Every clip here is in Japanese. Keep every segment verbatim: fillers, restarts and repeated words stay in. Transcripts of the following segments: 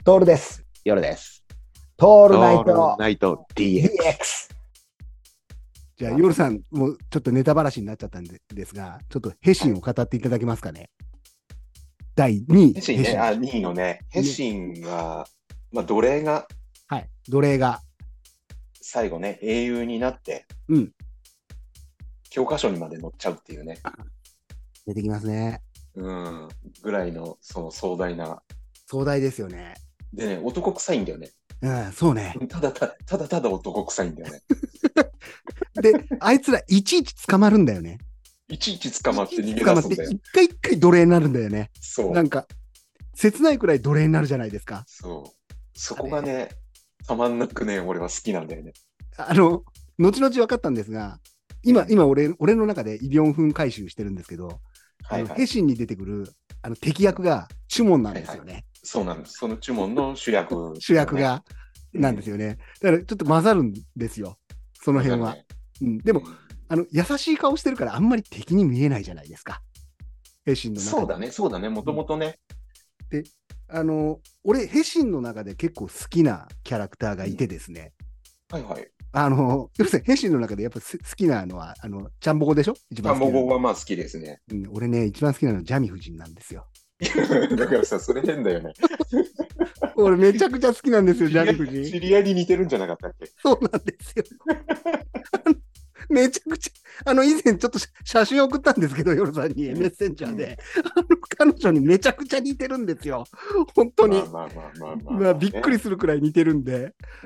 トールです。 夜です。 トールナイオールトナイト ディーエックス。 ディーエックス。じゃあ、夜さん、もうちょっとネタばらしになっちゃったんでですが、ちょっとヘシンを語っていただけますかね。だいにい、 ヘシンね、 ヘシン。 あ、にいのね、ヘね、 シンが、まあ、奴隷がはい。奴隷が。 最後ね、英雄になって、 うん。 教科書にまで載っちゃうっていうね、 出てきますね。 うん、ぐらいの、その壮大な。 壮大ですよね。 でね、男臭いんだよね。 うん、そうね。 ただただ、ただただ男臭いんだよね。 で、あいつらいちいち捕まるんだよね。 いちいち捕まって逃げ捕まって、 出すんだよ。 一回一回奴隷になるんだよね。 そう。 なんか、切ないくらい奴隷になるじゃないですか。 そう。そこがね、たまんなくね、俺は好きなんだよね。 あの、後々分かったんですが、今、 うん、 今俺、俺の中でイ・ビョンフン回収してるんですけど、あの、 はいはい。 ヘシンに出てくる、あの、敵役がチュモンなんはいはい。 ですよね。 そうなんです。その注文の主役主よね。 役が、 うん。 なんですよね。だからちょっと混ざるんですよ。その辺は。 混ざるね。 うん。でも、 うん。 あの、優しい顔してるからあんまり敵に見えないじゃないですか。ヘシンの中でも。 そうだね、そうだね、もうん、 ともとね。 で、あの、俺、ヘシンの中で結構好きなキャラクターがいうん。 てですね。 はいはい。 あの、要するにヘシンの中でやっぱ好きなのは、あの、ちゃんぼこでしょ一番好きなの。 タンボはまあ好きですね。 うん、俺ね、一番好きなのはジャミ夫人なんですよ。 だからさ、それ変だよね。 俺めちゃくちゃ好きなんですよ、ジャ知り合い、 ミ夫人。 知り合いに似てるんじゃなかったっけ？ そうなんですよ。めちゃくちゃ、あの、以前ちょっと写真送ったんですけど、夜さんにうん。 メッセンジャうん。 ーで、あの、彼女にめちゃくちゃ似てるんですよ。本当に。 まあまあまあまあまあまあ、びっくりまあね。 するくらい似てるんで、 うん。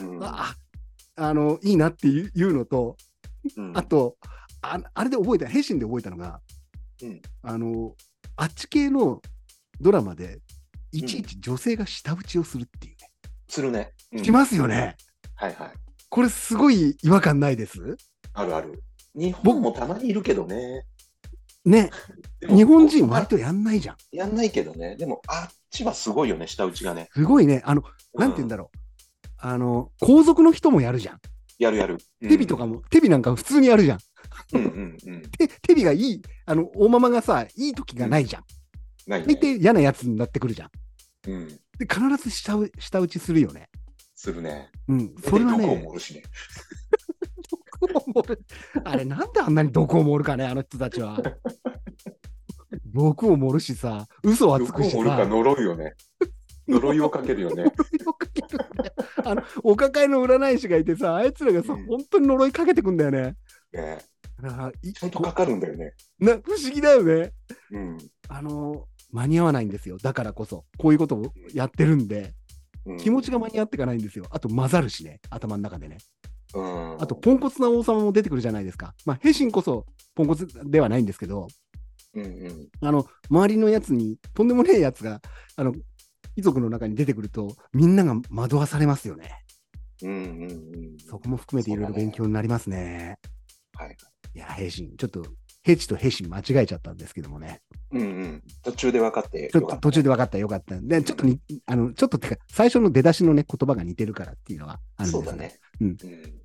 あ、あの、いいなっていうのと、 うん。 あと、ああれで覚えた、ヘシンで覚えたのが、 うん。 あの、あっち系のドラマで、いちいうん。 ち女性が舌打ちをするっていうね。 するね。うん。 しますよね。 はいはい。 これすごい違和感ないです？ あるある。日本僕、 もたまにいるけどね。 ね、 でも、 日本こう、ま、 人割とやんないじゃん。 やんないけどね。でも、あっちはすごいよね、舌打ちがね。 すごいね。あの、なんて言うんうん。 だろう。あの、皇族の人もやるじゃん。 やるやる。うん。 テビとかも、テビなんか普通にやるじゃん。 うんうんうん。 テテビがいい、あの、大ママがさ、いい時うん。 がないじゃん。大ないね。 抵嫌なやつになってくるじゃん。 うん。 で、必ず下打下打ちするよね。 するね。 うん。 大体毒をそれはね、 盛るしね。 毒を盛る。あれ、なんであんなに毒を盛るかね、あの人たちは。毒を盛るしさ、嘘はつく毒を盛るかしさ、 呪うよね。呪いをかけるよね。 呪いをかけるんだよ。あの、お抱えの占い師がいてさ、あいつらがさ、 うん。 本当に呪いかけてくんだよね。 ね、 だからいこちゃんとかかるんだよね。 な不思議だよね。 うん。 あの、間に合わないんですよ。だからこそ、こういうことをやってるんで、 うん。 気持ちが間に合っていかないんですよ。あと混ざるしね、頭の中でね。 うん。 あと、 うん。 ポンコツな王様も出てくるじゃないですか。まあ、ヘシンこそポンコツではないんですけど、 うん。 あの、周りのやつに、とんでもねえやつが、あの、貴族の中に出てくると、みんなが惑わされますよね。 うん。うん。 そこも含めていろいろ勉そうだね。 強になりますね。 はい。 いや、ヘシン、ちょっと、ヘチとヘシン間違えちゃったんですけどもね。 うんうん。途中で分かってちょっとよかったね。 途中で分かった、よかった。で、 うん。 ちょっとに、あの、ちょっとってか、最初の出だしのね、言葉が似てるからっていうのはあるんですが。 そうだね。 うん。 うん。